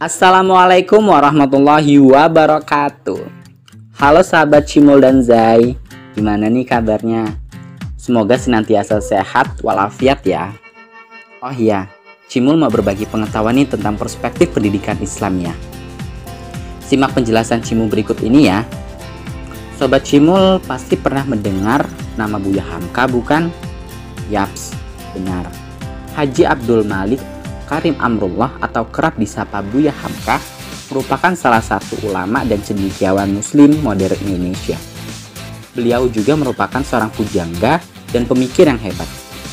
Assalamualaikum warahmatullahi wabarakatuh. Halo sahabat Cimul dan Zai, gimana nih kabarnya? Semoga senantiasa sehat walafiat ya. Oh iya, Cimul mau berbagi pengetahuan nih tentang perspektif pendidikan Islamnya. Simak penjelasan Cimul berikut ini ya. Sobat Cimul pasti pernah mendengar nama Buya Hamka bukan? Yaps, benar. Haji Abdul Malik Karim Amrullah atau kerap disapa Buya Hamka merupakan salah satu ulama dan cendekiawan muslim modern Indonesia. Beliau juga merupakan seorang pujangga dan pemikir yang hebat.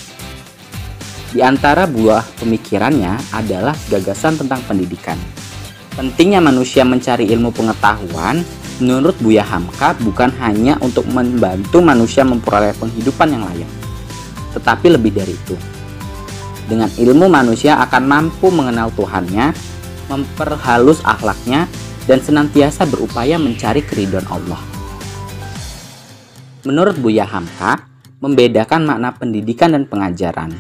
Di antara buah pemikirannya adalah gagasan tentang pendidikan. Pentingnya manusia mencari ilmu pengetahuan menurut Buya Hamka bukan hanya untuk membantu manusia memperoleh penghidupan yang layak, tetapi lebih dari itu. Dengan ilmu manusia akan mampu mengenal Tuhannya, memperhalus akhlaknya, dan senantiasa berupaya mencari keridhaan Allah. Menurut Buya Hamka, membedakan makna pendidikan dan pengajaran.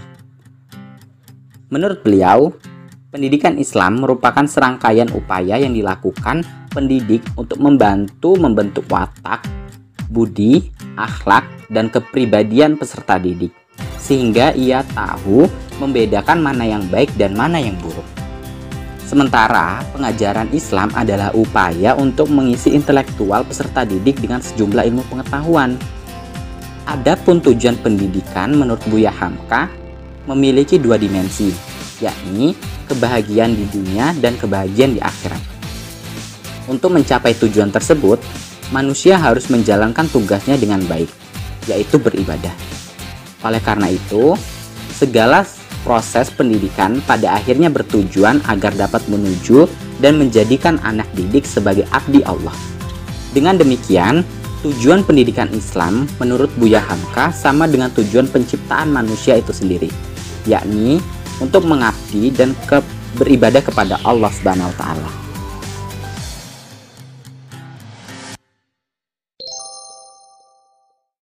Menurut beliau, pendidikan Islam merupakan serangkaian upaya yang dilakukan pendidik untuk membantu membentuk watak, budi, akhlak, dan kepribadian peserta didik, sehingga ia tahu membedakan mana yang baik dan mana yang buruk. Sementara pengajaran Islam adalah upaya untuk mengisi intelektual peserta didik dengan sejumlah ilmu pengetahuan. Adapun tujuan pendidikan menurut Buya Hamka memiliki dua dimensi, yakni kebahagiaan di dunia dan kebahagiaan di akhirat. Untuk mencapai tujuan tersebut, manusia harus menjalankan tugasnya dengan baik, yaitu beribadah. Oleh karena itu, segala proses pendidikan pada akhirnya bertujuan agar dapat menuju dan menjadikan anak didik sebagai abdi Allah. Dengan demikian, tujuan pendidikan Islam menurut Buya Hamka sama dengan tujuan penciptaan manusia itu sendiri, yakni untuk mengabdi dan beribadah kepada Allah Subhanahu wa Ta'ala.